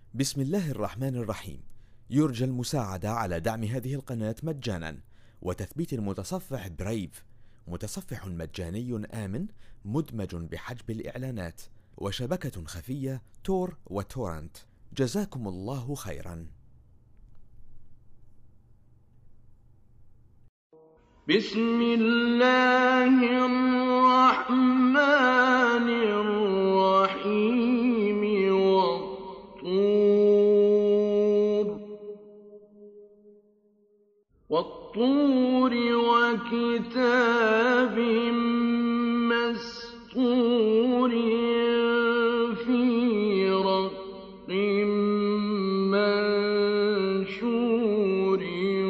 بسم الله الرحمن الرحيم. يرجى المساعدة على دعم هذه القناة مجانا وتثبيت المتصفح برايف، متصفح مجاني آمن مدمج بحجب الإعلانات وشبكة خفية تور وتورنت. جزاكم الله خيرا. بسم الله الرحمن الرحيم. والطور وكتاب مسطور في رق منشور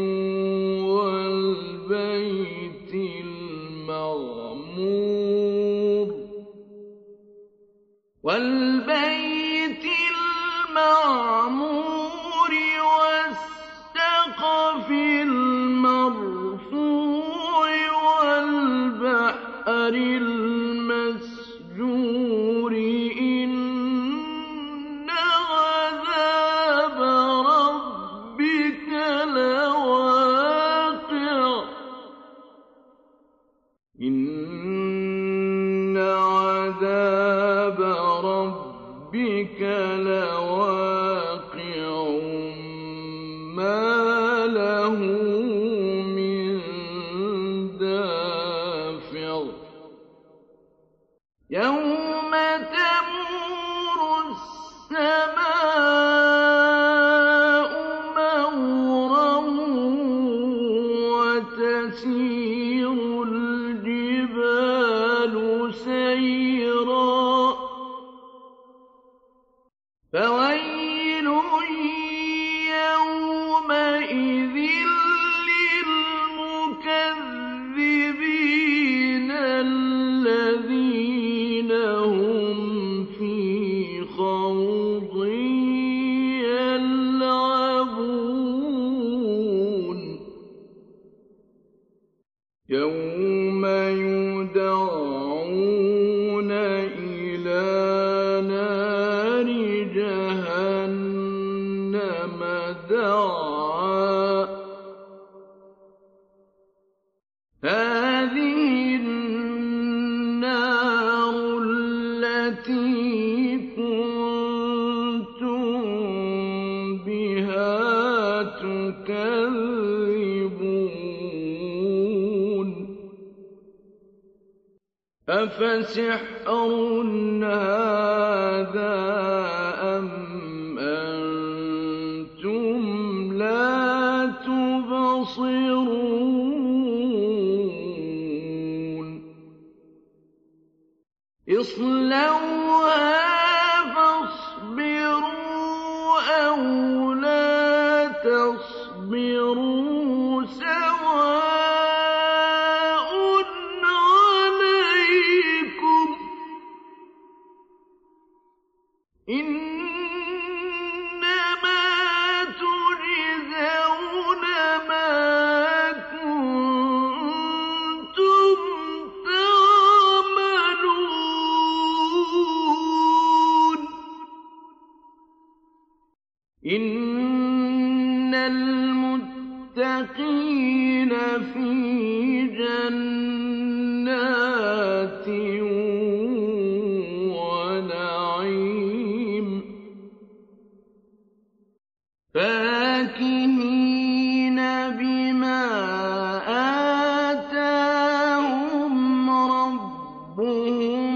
والبيت المعمور والسقف المرفوع والبحر المسجور. إن عذاب ربك لواقع. إن عذاب ربك لواقع ما له من دافع. يوم تمور السماء مورا وتسير الجبال سيرا. فويل يومئذ للمكذبين الذين هم في خوض يلعبون. يوم يدعون إلى نار جهنم دعا. هذه النار التي كنتم بها تكذبون. أفسحر هذا أم أنتم لا تبصرون. اصلوها فاصبروا أو لا تصبروا سواء عليكم. إنما تجزون ما كنتم تعملون. إن المتقين في جنات ونعيم فاكهين بما آتاهم ربهم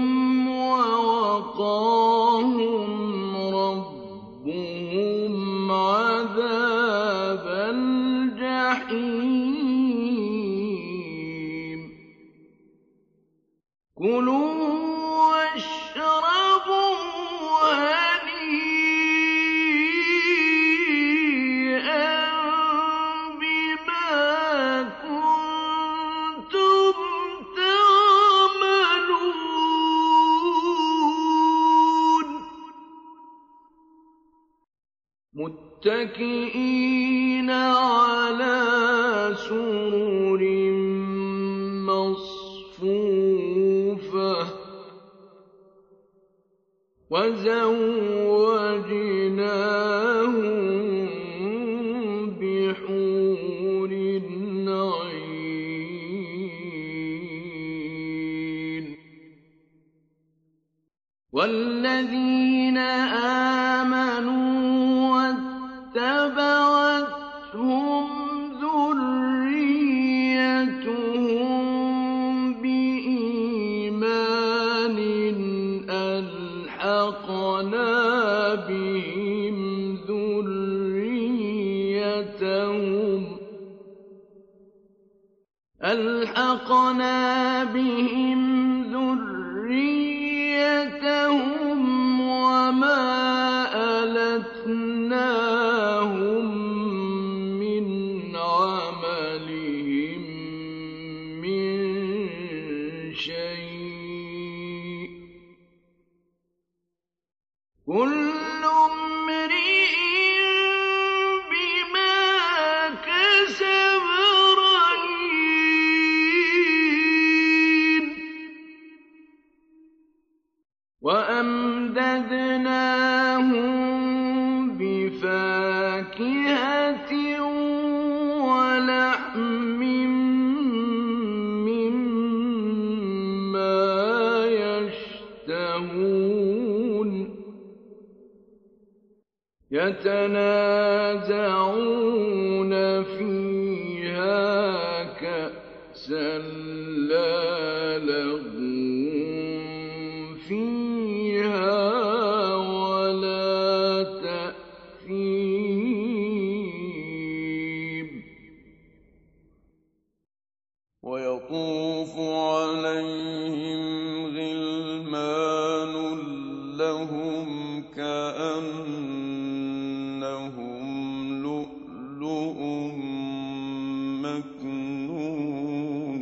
ووقاهم ربهم عذاب الجحيم. كلوا واشربوا هنيئا بما كنتم تعملون. متكئين على سرر مصفوفة وزوجناهم وَالَّذِينَ آمَنُوا وَاتَّبَعَتْهُمْ ذُرِّيَّتُهُم بِإِيمَانٍ أَلْحَقْنَا بِهِمْ ذُرِّيَّتَهُمْ وَمَا أَلَتْنَاهُم مِّنْ عَمَلِهِم مِّن شَيْءٍ ۚ كُلُّ امْرِئٍ بِمَا كَسَبَ رَهِينٌ وَأَمْدَدْنَاهُم بِفَاكِهَةٍ وَلَحْمٍ مِّمَّا يَشْتَهُونَ يَتَنَازَعُونَ فِيهَا كَأْسًا لَّا لَغْوٌ فِيهَا وَلَا تَأْثِيمٌ وَيَطُوفُ عَلَيْهِمْ غِلْمَانٌ لَّهُمْ كَأَنَّهُمْ لُؤْلُؤٌ مَّكْنُونٌ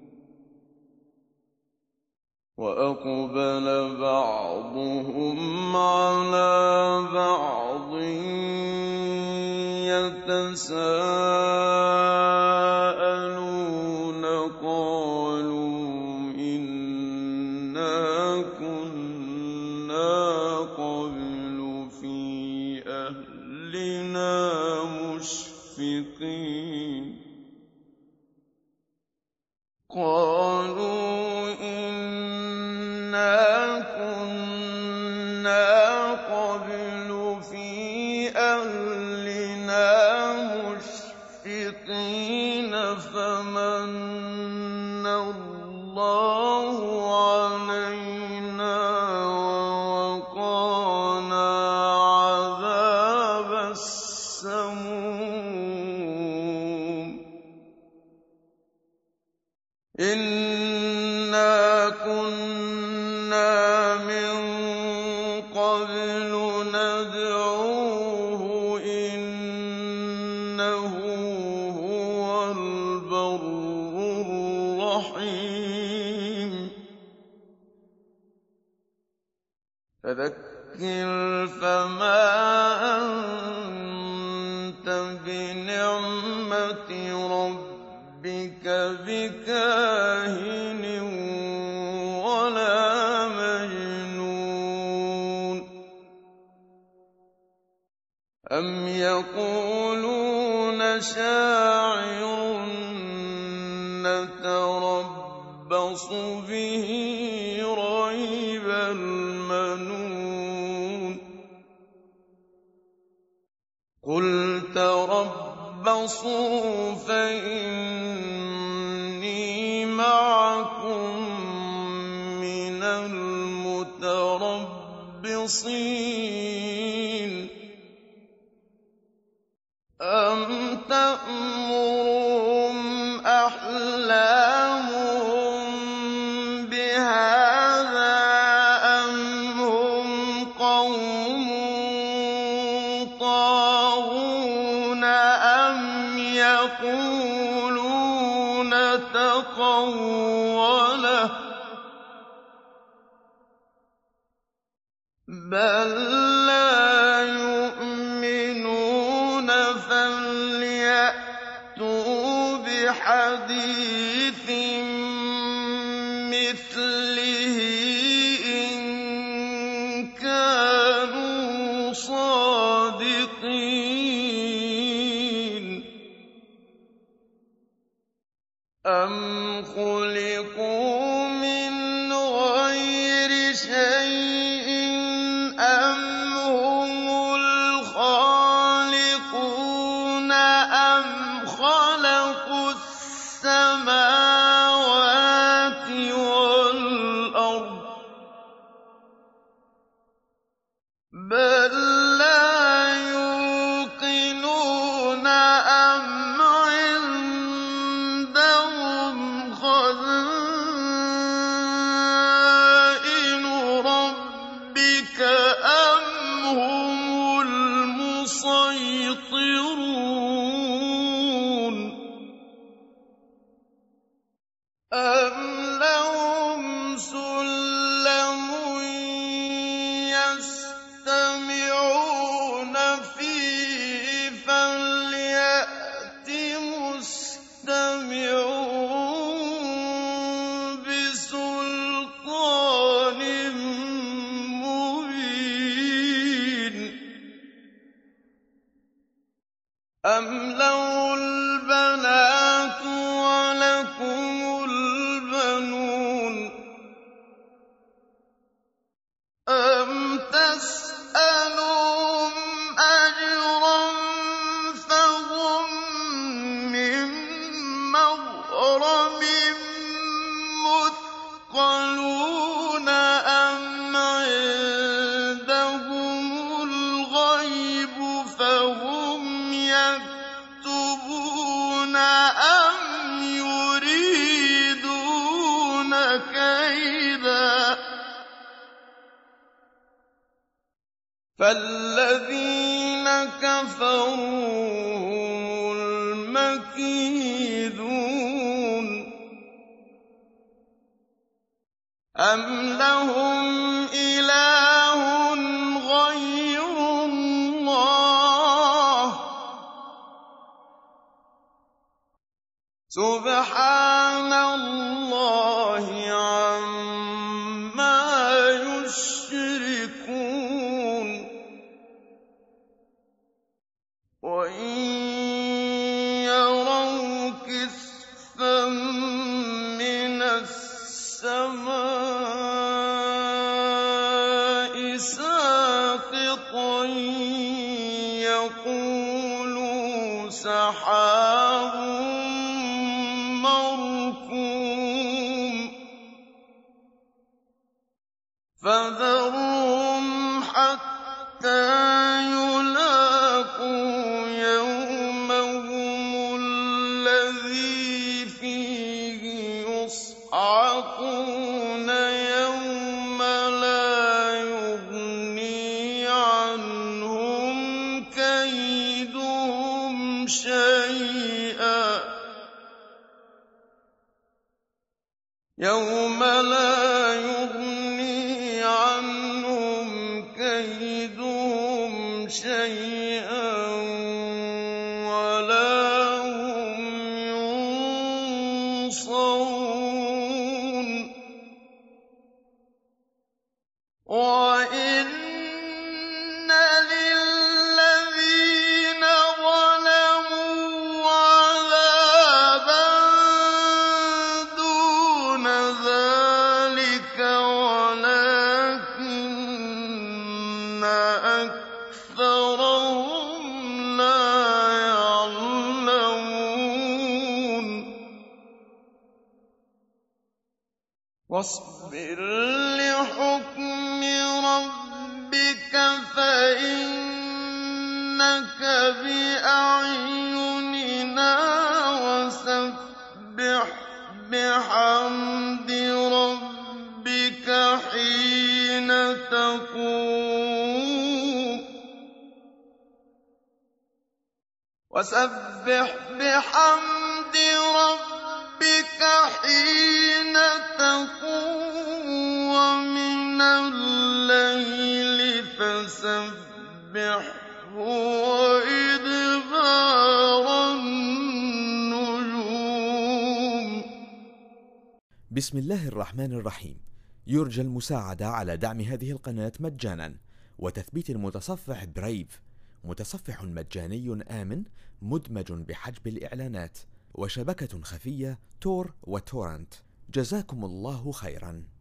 وَأَقْبَلَ بَعْضُهُمْ عَلَىٰ بَعْضٍ يَتَسَاءَلُونَ قَالُوا إِنَّا كُنَّا قَبْلُ فِي أَهْلِنَا مُشْفِقِينَ قَالُوا إِنَّا كُنَّا قَبْلُ فِي أَهْلِنَا مُشْفِقِينَ فَمَنَّ اللَّهُ عَلَيْنَا وَوَقَانَا عَذَابَ السَّمُومِ إِنَّا كُنَّا مِن قَبْلُ نَدْعُوهُ ۖ إِنَّهُ هُوَ الْبَرُّ الرَّحِيمُ فَذَكِّرْ فَمَا أَنتَ بِنِعْمَةِ رَبِّكَ بِكَاهِنٍ وَلَا مَجْنُونٍ أَمْ يَقُولُونَ شَاعِرٌ نَّتَرَبَّصُ بِهِ رَيْبَ الْمَنُونِ قُلْ تَرَبَّصُوا فَإِنِّي مَعَكُم مِّنَ الْمُتَرَبِّصِينَ أَمْ تَأْمُرُهُمْ أَحْلَامُهُم بِهَٰذَا أَمْ هُمْ قَوْمٌ طَاغُونَ أَمْ يَقُولُونَ تَقَوَّلَهُ ۚ بَل لَّا يُؤْمِنُونَ فَلْيَأْتُوا بِحَدِيثٍ مِّثْلِهِ إِن كَانُوا صَادِقِينَ أَمْ خُلِقُوا مِنْ غَيْرِ شَيْءٍ يسيطرون أم لهم سلم يستمعون فيه فليأت مستمعون بسلطان مبين أم له البنات ولكم البنون أم تسألهم أجرا فهم من مغرم مثقلون أم عندهم الغيب فهم يكتبون أم يريدون كيدا فالذين كفروا هم المكيدون أم لهم إله غير الله سبحان الله عما يشركون وإن يروا كسفا من السماء ساقطا يقولوا سحاب مركوم فذرهم حتى يلاقوا يومهم الذي فيه يصعقون يوم لا يغني عنهم كيدهم شيئا يوم لا يغني عنهم كيدهم شيئا ولا هم ينصرون وإن للذين ظلموا عذابا دون ذلك ولكن أكثرهم لا يعلمون واصبر لحكم ربك فإنك بأعيننا وسبح بحمد ربك حين تقوم وسبح بحمد ربك حين تقوم ومن الليل فسبحه وإدبار النجوم بسم الله الرحمن الرحيم. يرجى المساعدة على دعم هذه القناة مجانا وتثبيت المتصفح برايف، متصفح مجاني آمن مدمج بحجب الإعلانات، وشبكة خفية تور وتورنت. جزاكم الله خيرا.